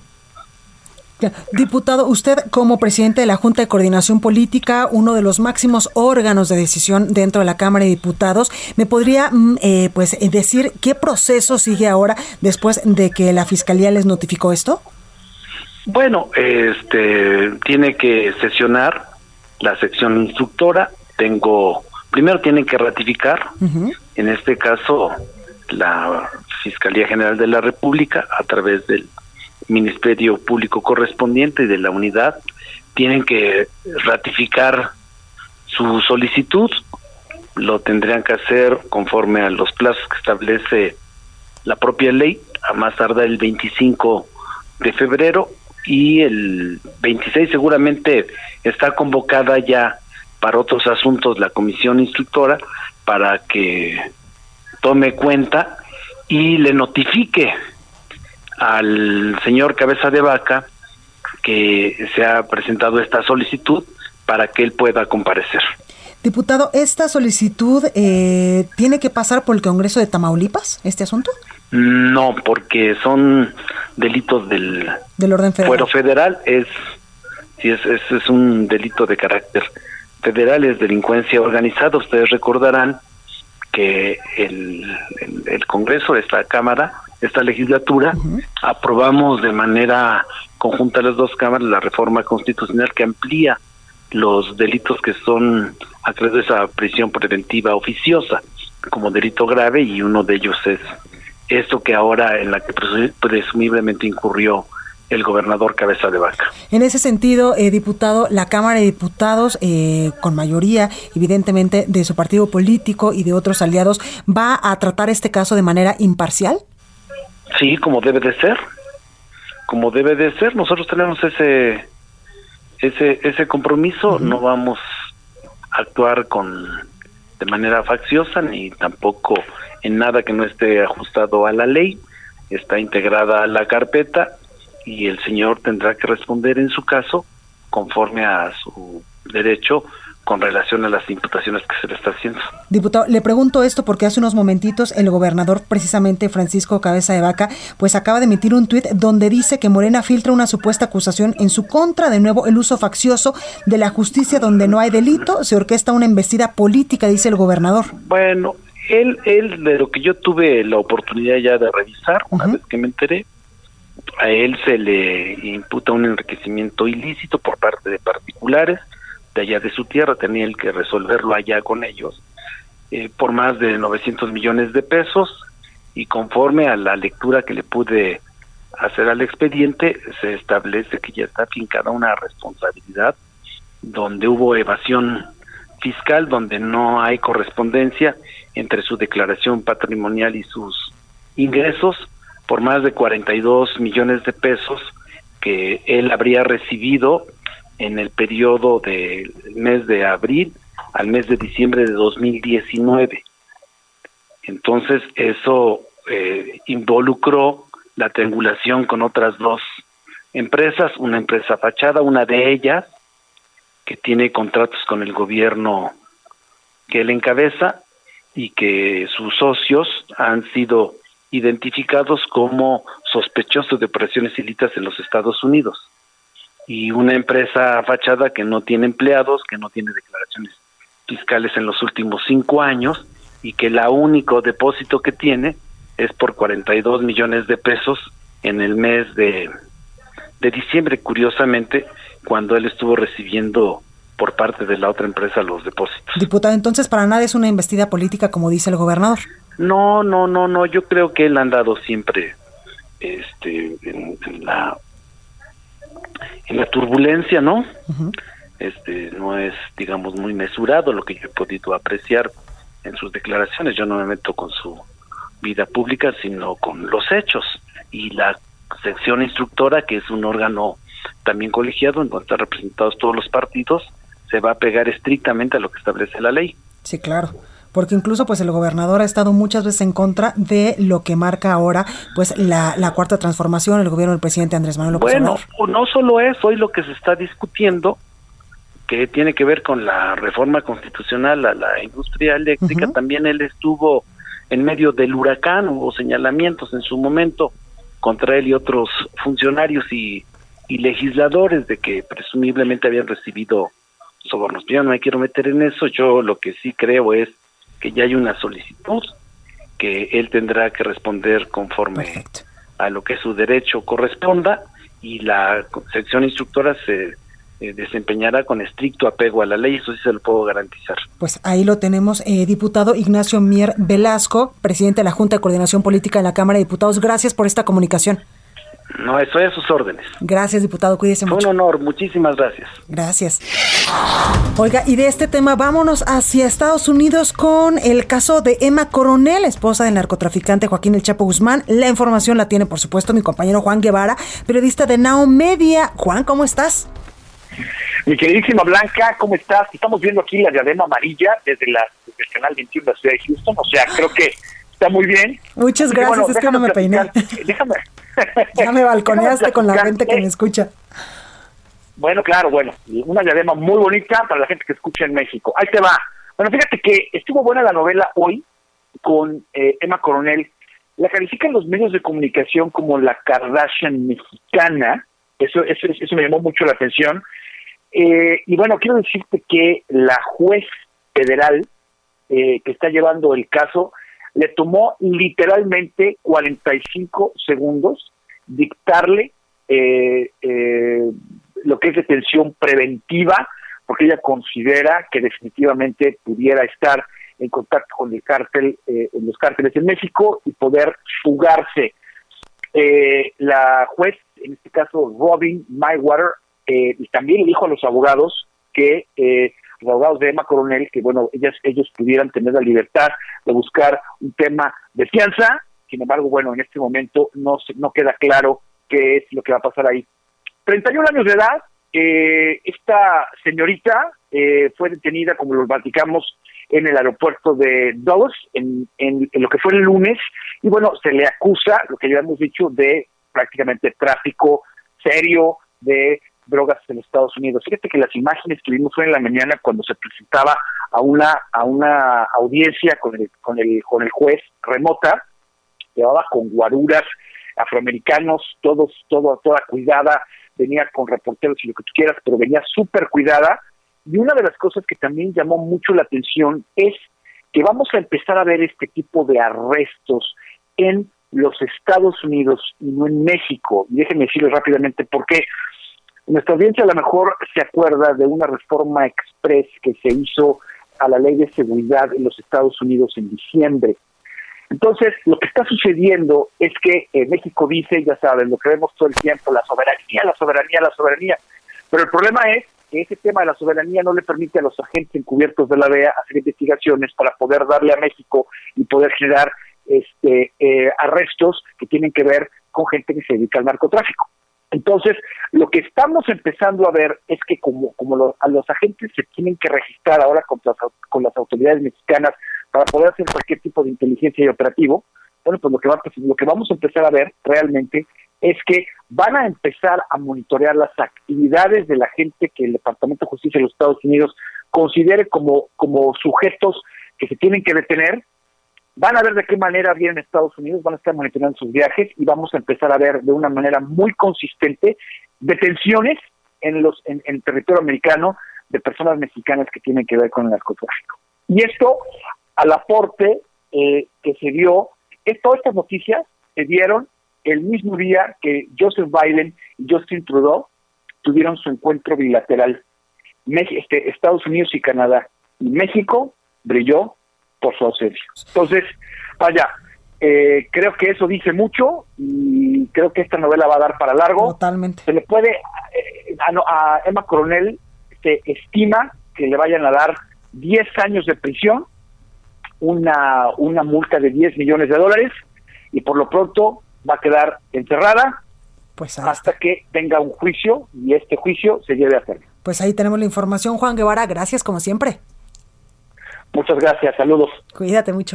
Diputado, usted como presidente de la Junta de Coordinación Política, uno de los máximos órganos de decisión dentro de la Cámara de Diputados, ¿me podría eh, pues decir qué proceso sigue ahora después de que la Fiscalía les notificó esto? Bueno, este tiene que sesionar la sección instructora. Tengo primero tienen que ratificar, uh-huh. en este caso la Fiscalía General de la República a través del Ministerio Público correspondiente y de la unidad, tienen que ratificar su solicitud. Lo tendrían que hacer conforme a los plazos que establece la propia ley, a más tardar el veinticinco de febrero, y el veintiséis seguramente está convocada ya para otros asuntos la comisión instructora para que tome cuenta y le notifique al señor Cabeza de Vaca que se ha presentado esta solicitud para que él pueda comparecer. Diputado, ¿esta solicitud eh, tiene que pasar por el Congreso de Tamaulipas, este asunto? No, porque son delitos del, del orden federal. Fuero federal, es, sí, es, es, es un delito de carácter federal, es delincuencia organizada. Ustedes recordarán que el, el, el Congreso, esta Cámara, esta legislatura, uh-huh. aprobamos de manera conjunta las dos cámaras la reforma constitucional que amplía los delitos que son acreedores a prisión preventiva oficiosa como delito grave, y uno de ellos es esto que ahora en la que presumiblemente incurrió el gobernador Cabeza de Vaca. En ese sentido, eh, diputado, la Cámara de Diputados, eh, con mayoría, evidentemente, de su partido político y de otros aliados, ¿va a tratar este caso de manera imparcial? Sí, como debe de ser, como debe de ser. Nosotros tenemos ese ese ese compromiso. Uh-huh. No vamos a actuar con de manera facciosa ni tampoco en nada que no esté ajustado a la ley, está integrada a la carpeta y el señor tendrá que responder en su caso conforme a su derecho con relación a las imputaciones que se le está haciendo. Diputado, le pregunto esto porque hace unos momentitos el gobernador, precisamente Francisco Cabeza de Vaca, pues acaba de emitir un tuit donde dice que Morena filtra una supuesta acusación en su contra, de nuevo el uso faccioso de la justicia donde no hay delito, se orquesta una embestida política, dice el gobernador. Bueno, él, él de lo que yo tuve la oportunidad ya de revisar, una uh-huh. vez que me enteré, a él se le imputa un enriquecimiento ilícito por parte de particulares de allá de su tierra, tenía él que resolverlo allá con ellos, eh, por más de novecientos millones de pesos, y conforme a la lectura que le pude hacer al expediente, se establece que ya está fincada una responsabilidad donde hubo evasión fiscal, donde no hay correspondencia entre su declaración patrimonial y sus ingresos, por más de cuarenta y dos millones de pesos que él habría recibido en el periodo del mes de abril al mes de diciembre de dos mil diecinueve. Entonces eso eh, involucró la triangulación con otras dos empresas, una empresa fachada, una de ellas que tiene contratos con el gobierno que él encabeza y que sus socios han sido identificados como sospechosos de operaciones ilícitas en los Estados Unidos. Y una empresa fachada que no tiene empleados, que no tiene declaraciones fiscales en los últimos cinco años y que el único depósito que tiene es por cuarenta y dos millones de pesos en el mes de, de diciembre, curiosamente, cuando él estuvo recibiendo por parte de la otra empresa los depósitos. Diputado, entonces para nada es una embestida política como dice el gobernador. No, no, no, no, yo creo que él ha andado siempre este, en, en la... en la turbulencia, ¿no? Uh-huh. Este no es, digamos, muy mesurado lo que yo he podido apreciar en sus declaraciones. Yo no me meto con su vida pública, sino con los hechos. Y la sección instructora, que es un órgano también colegiado, en donde están representados todos los partidos, se va a pegar estrictamente a lo que establece la ley. Sí, claro. Porque incluso pues el gobernador ha estado muchas veces en contra de lo que marca ahora pues la, la cuarta transformación, el gobierno del presidente Andrés Manuel López Bueno, Obrador. No solo eso, hoy lo que se está discutiendo, que tiene que ver con la reforma constitucional a la industria eléctrica, uh-huh. también él estuvo en medio del huracán, hubo señalamientos en su momento contra él y otros funcionarios y, y legisladores de que presumiblemente habían recibido sobornos. Yo no me quiero meter en eso, yo lo que sí creo es que ya hay una solicitud que él tendrá que responder conforme Perfecto. A lo que su derecho corresponda y la sección instructora se eh, desempeñará con estricto apego a la ley, eso sí se lo puedo garantizar. Pues ahí lo tenemos, eh, diputado Ignacio Mier Velasco, presidente de la Junta de Coordinación Política de la Cámara de Diputados. Gracias por esta comunicación. No, eso es a sus órdenes. Gracias, diputado, cuídese mucho. Fue un honor, muchísimas gracias. Gracias. Oiga, y de este tema vámonos hacia Estados Unidos con el caso de Emma Coronel, esposa del narcotraficante Joaquín El Chapo Guzmán. La información la tiene, por supuesto, mi compañero Juan Guevara, periodista de Now Media. Juan, ¿cómo estás? Mi queridísima Blanca, ¿cómo estás? Estamos viendo aquí la diadema amarilla desde, la, desde el canal veintiuno de la ciudad de Houston, o sea, creo que está muy bien. Muchas Así gracias, que, bueno, es que no me peiné. Déjame. Ya me balconeaste con la gente que me escucha. Bueno, claro, bueno, una diadema muy bonita para la gente que escucha en México. Ahí te va. Bueno, fíjate que estuvo buena la novela hoy con eh, Emma Coronel. La califican los medios de comunicación como la Kardashian mexicana. Eso, eso, eso me llamó mucho la atención. Eh, y bueno, quiero decirte que la juez federal eh, que está llevando el caso le tomó literalmente cuarenta y cinco segundos dictarle eh, eh, lo que es detención preventiva, porque ella considera que definitivamente pudiera estar en contacto con el cártel, eh, en los cárteles en México y poder fugarse. Eh, la juez, en este caso Robin Mayweather, eh, también le dijo a los abogados que eh, los abogados de Emma Coronel, que bueno, ellas, ellos pudieran tener la libertad de buscar un tema de fianza. Sin embargo, bueno, en este momento no se, no queda claro qué es lo que va a pasar ahí. treinta y un años de edad, eh, esta señorita eh, fue detenida, como lo platicamos en el aeropuerto de Dulles, en, en, en lo que fue el lunes, y bueno, se le acusa, lo que ya hemos dicho, de prácticamente tráfico serio de drogas en Estados Unidos. Fíjate que las imágenes que vimos hoy en la mañana cuando se presentaba a una a una audiencia con el con el con el juez remota, llevaba con guaruras afroamericanos, todos todo toda cuidada, venía con reporteros y lo que tú quieras, pero venía súper cuidada. Y una de las cosas que también llamó mucho la atención es que vamos a empezar a ver este tipo de arrestos en los Estados Unidos y no en México. Y déjenme decirles rápidamente por qué. Nuestra audiencia a lo mejor se acuerda de una reforma express que se hizo a la ley de seguridad en los Estados Unidos en diciembre. Entonces, lo que está sucediendo es que eh, México dice, ya saben, lo que vemos todo el tiempo, la soberanía, la soberanía, la soberanía. Pero el problema es que ese tema de la soberanía no le permite a los agentes encubiertos de la D E A hacer investigaciones para poder darle a México y poder generar este eh, arrestos que tienen que ver con gente que se dedica al narcotráfico. Entonces, lo que estamos empezando a ver es que como como lo, a los agentes se tienen que registrar ahora con las, con las autoridades mexicanas para poder hacer cualquier tipo de inteligencia y operativo, bueno, pues lo que, va, lo que vamos a empezar a ver realmente es que van a empezar a monitorear las actividades de la gente que el Departamento de Justicia de los Estados Unidos considere como, como sujetos que se tienen que detener. Van a ver de qué manera vienen a Estados Unidos, van a estar monitoreando sus viajes y vamos a empezar a ver de una manera muy consistente detenciones en los en, en territorio americano de personas mexicanas que tienen que ver con el narcotráfico. Y esto, al aporte eh, que se dio, es, todas estas noticias se dieron el mismo día que Joseph Biden y Justin Trudeau tuvieron su encuentro bilateral. México, este, Estados Unidos y Canadá. Y México brilló por su ausencia. Entonces, vaya, eh, creo que eso dice mucho y creo que esta novela va a dar para largo. Totalmente. Se le puede, eh, a, a Emma Coronel se estima que le vayan a dar diez años de prisión, una, una multa de diez millones de dólares y por lo pronto va a quedar encerrada pues hasta que tenga un juicio y este juicio se lleve a término. Pues ahí tenemos la información, Juan Guevara. Gracias, como siempre. Muchas gracias, saludos. Cuídate mucho.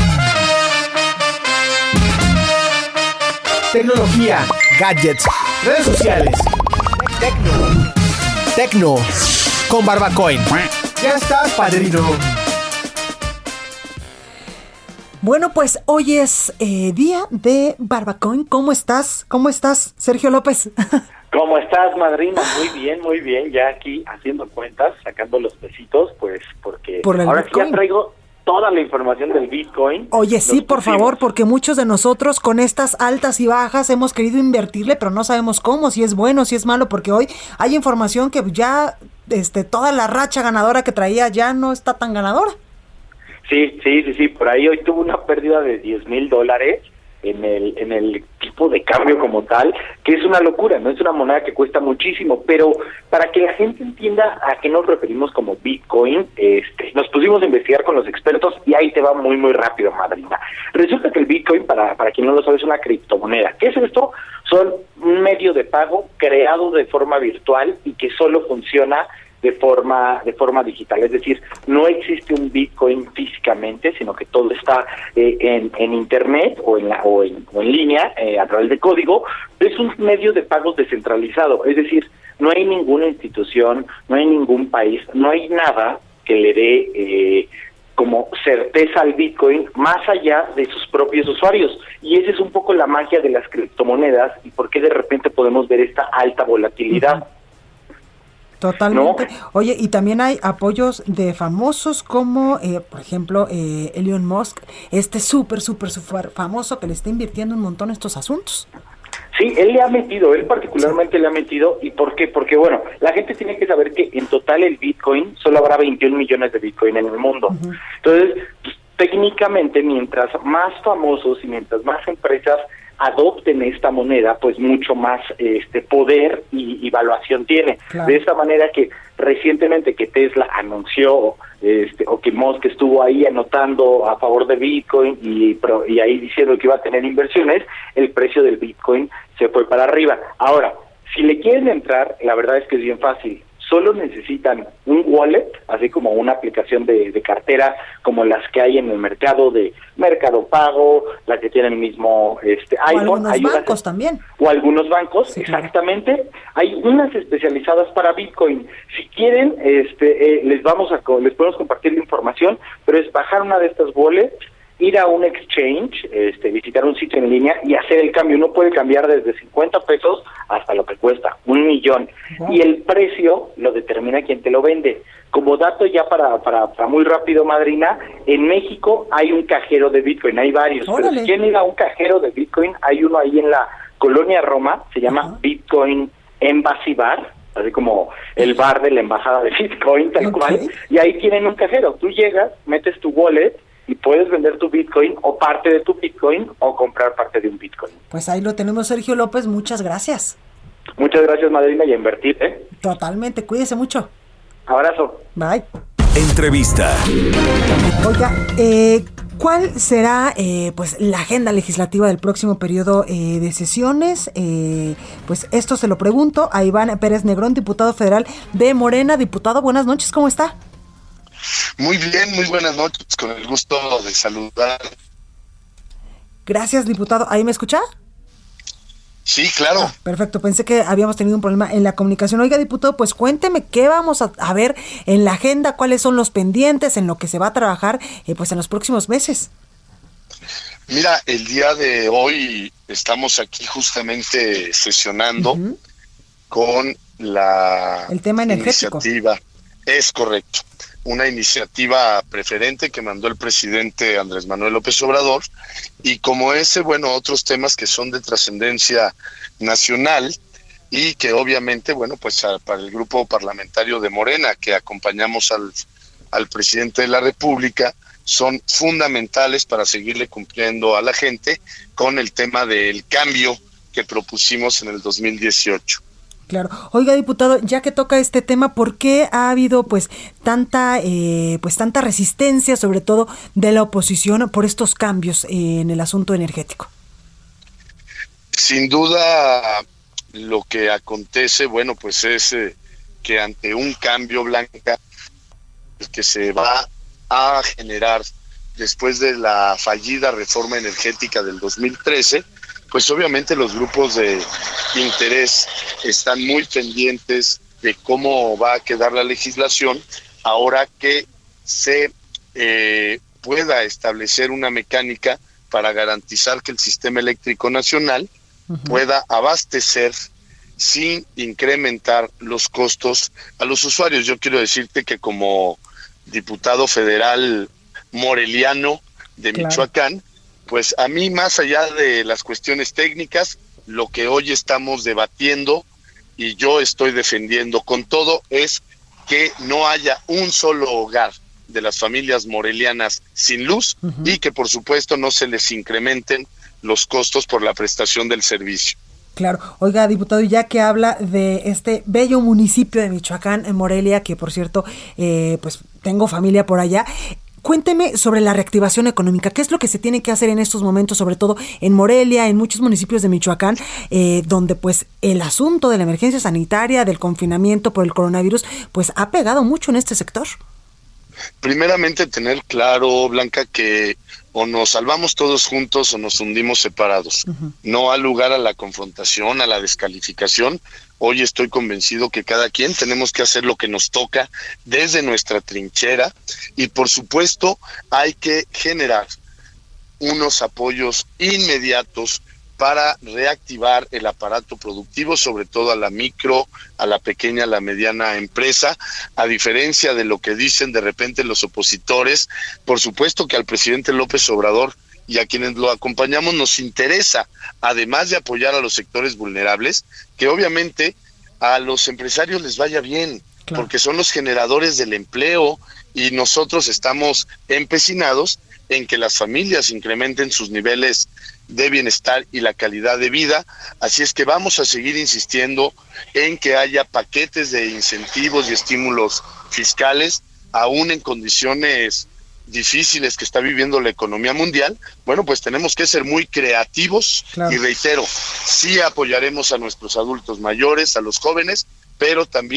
Tecnología, gadgets, redes sociales. Tecno. Tecno. Con Barbacoin. Ya estás, padrino. Bueno, pues hoy es eh, día de Barbacoin. ¿Cómo estás? ¿Cómo estás, Sergio López? ¿Cómo estás, madrina? Muy bien, muy bien. Ya aquí haciendo cuentas, sacando los pesitos, pues porque Por ahora Bitcoin. sí ya traigo toda la información del Bitcoin. Oye, sí, Nos por pusimos. favor, porque muchos de nosotros con estas altas y bajas hemos querido invertirle, pero no sabemos cómo, si es bueno, si es malo, porque hoy hay información que ya este, toda la racha ganadora que traía ya no está tan ganadora. Sí, sí, sí, sí. Por ahí hoy tuvo una pérdida de diez mil dólares en el en el tipo de cambio como tal, que es una locura, no es una moneda que cuesta muchísimo, pero para que la gente entienda a qué nos referimos como Bitcoin, este, nos pusimos a investigar con los expertos y ahí te va muy muy rápido, madrina. Resulta que el Bitcoin, para para quien no lo sabe, es una criptomoneda. ¿Qué es esto? Son un medio de pago creado de forma virtual y que solo funciona de forma de forma digital, es decir, no existe un Bitcoin físicamente, sino que todo está eh, en, en internet o en la o en, o en línea eh, a través de código. Es un medio de pagos descentralizado, es decir, no hay ninguna institución, no hay ningún país, no hay nada que le dé eh, como certeza al Bitcoin más allá de sus propios usuarios, y esa es un poco la magia de las criptomonedas y por qué de repente podemos ver esta alta volatilidad. Uh-huh. Totalmente. ¿No? Oye, y también hay apoyos de famosos como, eh, por ejemplo, eh, Elon Musk, este súper, súper, súper famoso que le está invirtiendo un montón a estos asuntos. Sí, él le ha metido, él particularmente sí. le ha metido. ¿Y por qué? Porque, bueno, la gente tiene que saber que en total el Bitcoin, solo habrá veintiún millones de Bitcoin en el mundo. Uh-huh. Entonces, pues, técnicamente, mientras más famosos y mientras más empresas adopten esta moneda, pues mucho más este poder y, y valuación tiene. Claro. De esta manera que recientemente que Tesla anunció este o que Musk estuvo ahí anotando a favor de Bitcoin y, pro, y ahí diciendo que iba a tener inversiones, el precio del Bitcoin se fue para arriba. Ahora, si le quieren entrar, la verdad es que es bien fácil. solo necesitan un wallet, así como una aplicación de, de cartera, como las que hay en el mercado de Mercado Pago, la que tiene el mismo este, iPhone. O algunos hay bancos unas, también. O algunos bancos, sí, exactamente. Claro. Hay unas especializadas para Bitcoin. Si quieren, este, eh, les vamos a les podemos compartir la información, pero es bajar una de estas wallets, ir a un exchange, este, visitar un sitio en línea y hacer el cambio. Uno puede cambiar desde cincuenta pesos hasta lo que cuesta, un millón. Uh-huh. Y el precio lo determina quien te lo vende. Como dato ya para, para, para muy rápido, madrina, en México hay un cajero de Bitcoin, hay varios. Órale. Pero si quieren ir a un cajero de Bitcoin, hay uno ahí en la Colonia Roma, se llama uh-huh. Bitcoin Embassy Bar, así como el bar de la embajada de Bitcoin, tal okay. cual. Y ahí tienen un cajero. Tú llegas, metes tu wallet, y puedes vender tu Bitcoin o parte de tu Bitcoin o comprar parte de un Bitcoin. Pues ahí lo tenemos, Sergio López, muchas gracias. Muchas gracias, madrina, y a invertir, ¿eh? Totalmente, cuídese mucho. Abrazo. Bye. Entrevista. Oiga, eh, ¿cuál será eh, pues la agenda legislativa del próximo periodo eh, de sesiones? Eh, pues esto se lo pregunto a Iván Pérez Negrón, diputado federal de Morena. Diputado, buenas noches, ¿cómo está? Muy bien, muy buenas noches, con el gusto de saludar. Gracias, diputado. ¿Ahí me escucha? Sí, claro. Ah, perfecto, pensé que habíamos tenido un problema en la comunicación. Oiga, diputado, pues cuénteme qué vamos a, a ver en la agenda, cuáles son los pendientes, en lo que se va a trabajar eh, pues en los próximos meses. Mira, el día de hoy estamos aquí justamente sesionando uh-huh. con la el tema energético. Iniciativa. Es correcto. Una iniciativa preferente que mandó el presidente Andrés Manuel López Obrador, y como ese, bueno, otros temas que son de trascendencia nacional y que obviamente, bueno, pues a, para el grupo parlamentario de Morena, que acompañamos al, al presidente de la República, son fundamentales para seguirle cumpliendo a la gente con el tema del cambio que propusimos en el dos mil dieciocho. Claro. Oiga, diputado, ya que toca este tema, ¿por qué ha habido pues tanta eh, pues tanta resistencia, sobre todo de la oposición, por estos cambios eh, en el asunto energético? Sin duda, lo que acontece, bueno, pues es eh, que ante un cambio, Blanca, que se va a generar después de la fallida reforma energética del dos mil trece, pues obviamente los grupos de interés están muy pendientes de cómo va a quedar la legislación ahora que se eh, pueda establecer una mecánica para garantizar que el sistema eléctrico nacional uh-huh. pueda abastecer sin incrementar los costos a los usuarios. Yo quiero decirte que como diputado federal moreliano de claro. Michoacán, pues a mí, más allá de las cuestiones técnicas, lo que hoy estamos debatiendo y yo estoy defendiendo con todo es que no haya un solo hogar de las familias morelianas sin luz uh-huh. y que por supuesto no se les incrementen los costos por la prestación del servicio. Claro. Oiga, diputado, ya que habla de este bello municipio de Michoacán, en Morelia, que por cierto, eh, pues tengo familia por allá, cuénteme sobre la reactivación económica. ¿Qué es lo que se tiene que hacer en estos momentos, sobre todo en Morelia, en muchos municipios de Michoacán, eh, donde pues el asunto de la emergencia sanitaria, del confinamiento por el coronavirus, pues ha pegado mucho en este sector? Primeramente, tener claro, Blanca, que o nos salvamos todos juntos o nos hundimos separados. Uh-huh. No ha lugar a la confrontación, a la descalificación. Hoy estoy convencido que cada quien tenemos que hacer lo que nos toca desde nuestra trinchera y por supuesto hay que generar unos apoyos inmediatos para reactivar el aparato productivo, sobre todo a la micro, a la pequeña, a la mediana empresa, a diferencia de lo que dicen de repente los opositores. Por supuesto que al presidente López Obrador y a quienes lo acompañamos nos interesa, además de apoyar a los sectores vulnerables, que obviamente a los empresarios les vaya bien, claro. porque son los generadores del empleo y nosotros estamos empecinados en que las familias incrementen sus niveles de bienestar y la calidad de vida, así es que vamos a seguir insistiendo en que haya paquetes de incentivos y estímulos fiscales, aún en condiciones difíciles que está viviendo la economía mundial. Bueno, pues tenemos que ser muy creativos, claro. y reitero, sí apoyaremos a nuestros adultos mayores, a los jóvenes, pero también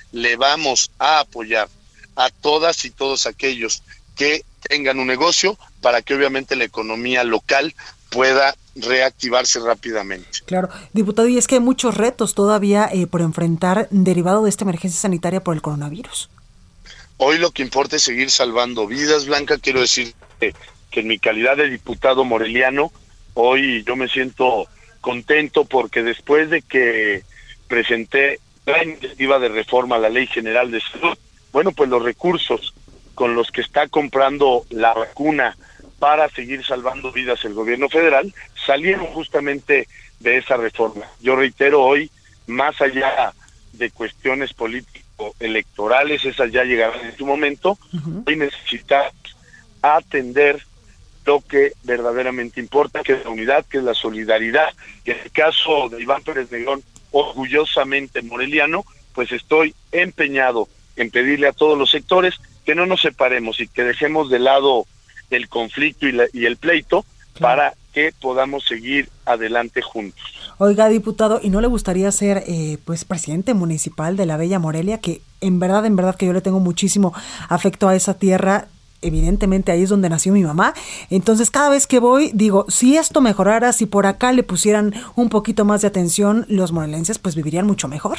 le vamos a apoyar a todas y todos aquellos que tengan un negocio para que obviamente la economía local pueda reactivarse rápidamente. Claro, diputado, y es que hay muchos retos todavía eh, por enfrentar derivado de esta emergencia sanitaria por el coronavirus. Hoy lo que importa es seguir salvando vidas, Blanca. Quiero decir que, que en mi calidad de diputado moreliano, hoy yo me siento contento porque después de que presenté la iniciativa de reforma a la Ley General de Salud, bueno, pues los recursos con los que está comprando la vacuna para seguir salvando vidas el gobierno federal salieron justamente de esa reforma. Yo reitero hoy, más allá de cuestiones político-electorales, esas ya llegarán en su momento, uh-huh. Hoy necesitamos atender lo que verdaderamente importa, que es la unidad, que es la solidaridad, que en el caso de Iván Pérez Negrón, orgullosamente moreliano, pues estoy empeñado en pedirle a todos los sectores que no nos separemos y que dejemos de lado el conflicto y, la, y el pleito, claro, para que podamos seguir adelante juntos. Oiga, diputado, ¿y no le gustaría ser eh, pues presidente municipal de la bella Morelia? Que en verdad, en verdad que yo le tengo muchísimo afecto a esa tierra. Evidentemente ahí es donde nació mi mamá, entonces cada vez que voy digo, si esto mejorara, si por acá le pusieran un poquito más de atención, los morelenses pues vivirían mucho mejor.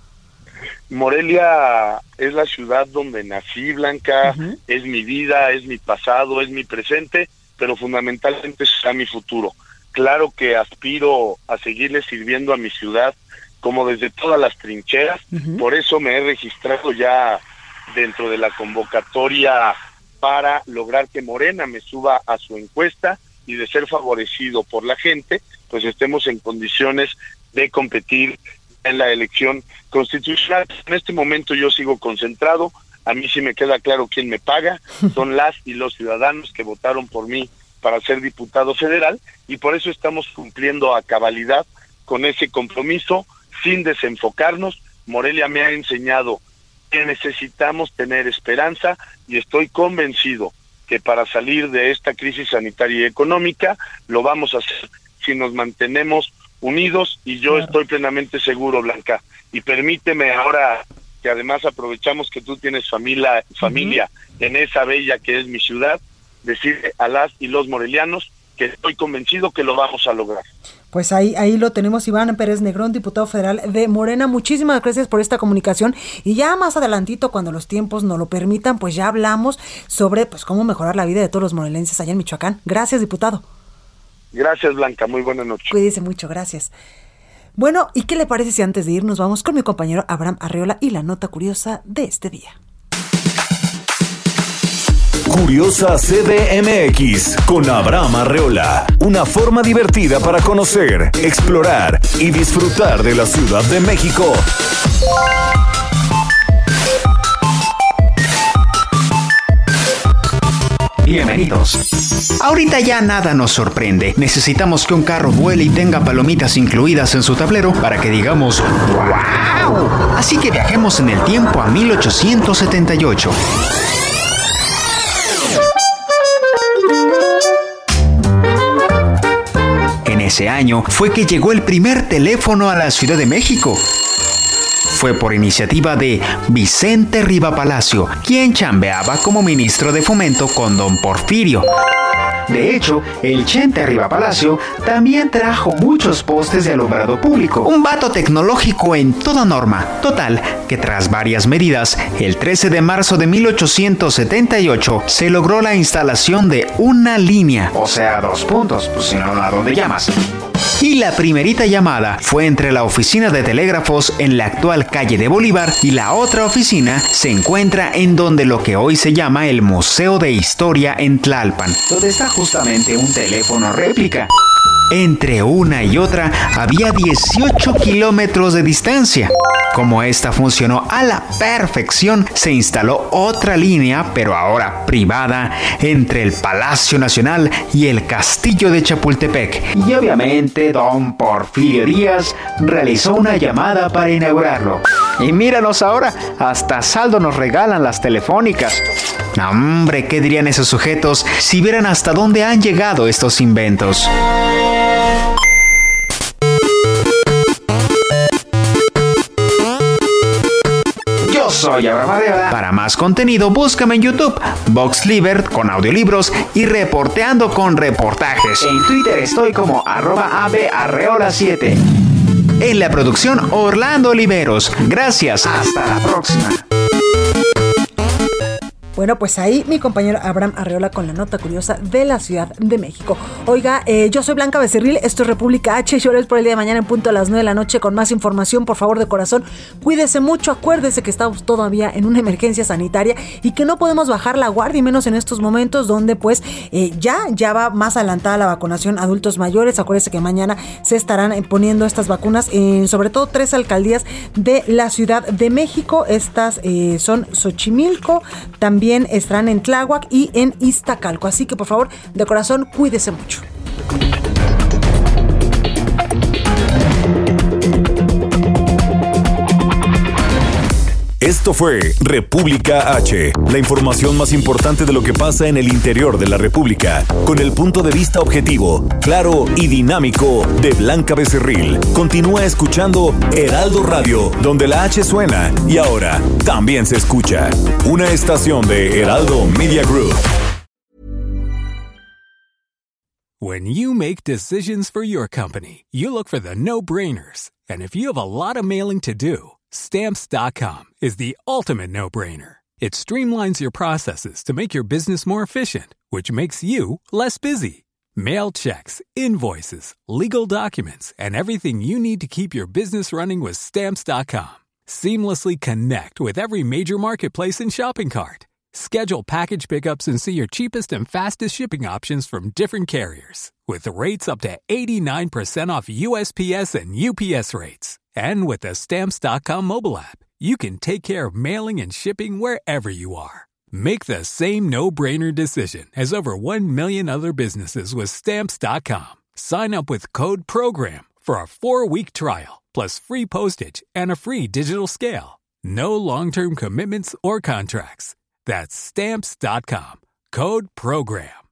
Morelia es la ciudad donde nací, Blanca, uh-huh. Es mi vida, es mi pasado, es mi presente, pero fundamentalmente será mi futuro. Claro que aspiro a seguirle sirviendo a mi ciudad, como desde todas las trincheras, uh-huh. Por eso me he registrado ya dentro de la convocatoria para lograr que Morena me suba a su encuesta y de ser favorecido por la gente, pues estemos en condiciones de competir en la elección constitucional. En este momento yo sigo concentrado, a mí sí me queda claro quién me paga, son las y los ciudadanos que votaron por mí para ser diputado federal, y por eso estamos cumpliendo a cabalidad con ese compromiso, sin desenfocarnos. Morelia me ha enseñado que necesitamos tener esperanza y estoy convencido que para salir de esta crisis sanitaria y económica lo vamos a hacer si nos mantenemos unidos, y yo claro. Estoy plenamente seguro, Blanca, y permíteme ahora que además aprovechamos que tú tienes familia, familia uh-huh. en esa bella que es mi ciudad, decirle a las y los morelianos que estoy convencido que lo vamos a lograr. Pues ahí ahí lo tenemos, Iván Pérez Negrón, diputado federal de Morena. Muchísimas gracias por esta comunicación, y ya más adelantito, cuando los tiempos nos lo permitan, pues ya hablamos sobre pues cómo mejorar la vida de todos los morelenses allá en Michoacán. Gracias, diputado. Gracias, Blanca, muy buenas noches. Cuídese mucho, gracias. Bueno, ¿y qué le parece si antes de irnos vamos con mi compañero Abraham Arreola y la nota curiosa de este día? Curiosa C D M X con Abraham Arreola. Una forma divertida para conocer, explorar y disfrutar de la Ciudad de México. Bienvenidos. Ahorita ya nada nos sorprende. Necesitamos que un carro vuele y tenga palomitas incluidas en su tablero para que digamos ¡wow! Así que viajemos en el tiempo a mil ochocientos setenta y ocho. En ese año fue que llegó el primer teléfono a la Ciudad de México. Fue por iniciativa de Vicente Riva Palacio, quien chambeaba como ministro de Fomento con don Porfirio. De hecho, el Chente Riva Palacio también trajo muchos postes de alumbrado público. Un vato tecnológico en toda norma. Total, que tras varias medidas, el trece de marzo de mil ochocientos setenta y ocho se logró la instalación de una línea. O sea, dos puntos, pues si no, ¿a dónde llamas? Y la primerita llamada fue entre la oficina de telégrafos en la actual calle de Bolívar, y la otra oficina se encuentra en donde lo que hoy se llama el Museo de Historia en Tlalpan, donde está justamente un teléfono réplica. Entre una y otra había dieciocho kilómetros de distancia. Como esta funcionó a la perfección, se instaló otra línea, pero ahora privada, entre el Palacio Nacional y el Castillo de Chapultepec. Y obviamente don Porfirio Díaz realizó una llamada para inaugurarlo. Y míranos ahora, hasta saldo nos regalan las telefónicas. Hombre, ¿qué dirían esos sujetos si vieran hasta dónde han llegado estos inventos? soy Abraham Arreola. Para más contenido, búscame en YouTube, VoxLibert con audiolibros y Reporteando con reportajes. En Twitter estoy como arroba abarreola siete. En la producción, Orlando Oliveros. Gracias. Hasta la próxima. Bueno, pues ahí mi compañero Abraham Arreola con la nota curiosa de la Ciudad de México. Oiga, eh, yo soy Blanca Becerril, esto es República H, yo les por el día de mañana en punto a las nueve de la noche con más información. Por favor, de corazón, cuídese mucho, acuérdese que estamos todavía en una emergencia sanitaria y que no podemos bajar la guardia, y menos en estos momentos donde pues eh, ya, ya va más adelantada la vacunación a adultos mayores. Acuérdese que mañana se estarán eh, poniendo estas vacunas en sobre todo tres alcaldías de la Ciudad de México. Estas eh, son Xochimilco, también También estarán en Tláhuac y en Iztacalco. Así que por favor, de corazón, cuídese mucho. Esto fue República H, la información más importante de lo que pasa en el interior de la República, con el punto de vista objetivo, claro y dinámico de Blanca Becerril. Continúa escuchando Heraldo Radio, donde la H suena y ahora también se escucha. Una estación de Heraldo Media Group. When you make decisions for your company, you look for the no-brainers. And if you have a lot of mailing to do, Stamps dot com is the ultimate no-brainer. It streamlines your processes to make your business more efficient, which makes you less busy. Mail checks, invoices, legal documents, and everything you need to keep your business running with Stamps dot com. Seamlessly connect with every major marketplace and shopping cart. Schedule package pickups and see your cheapest and fastest shipping options from different carriers, with rates up to eighty-nine percent off U S P S and U P S rates. And with the Stamps dot com mobile app, you can take care of mailing and shipping wherever you are. Make the same no-brainer decision as over one million other businesses with Stamps dot com. Sign up with code PROGRAM for a four-week trial, plus free postage and a free digital scale. No long-term commitments or contracts. That's Stamps dot com. Code PROGRAM.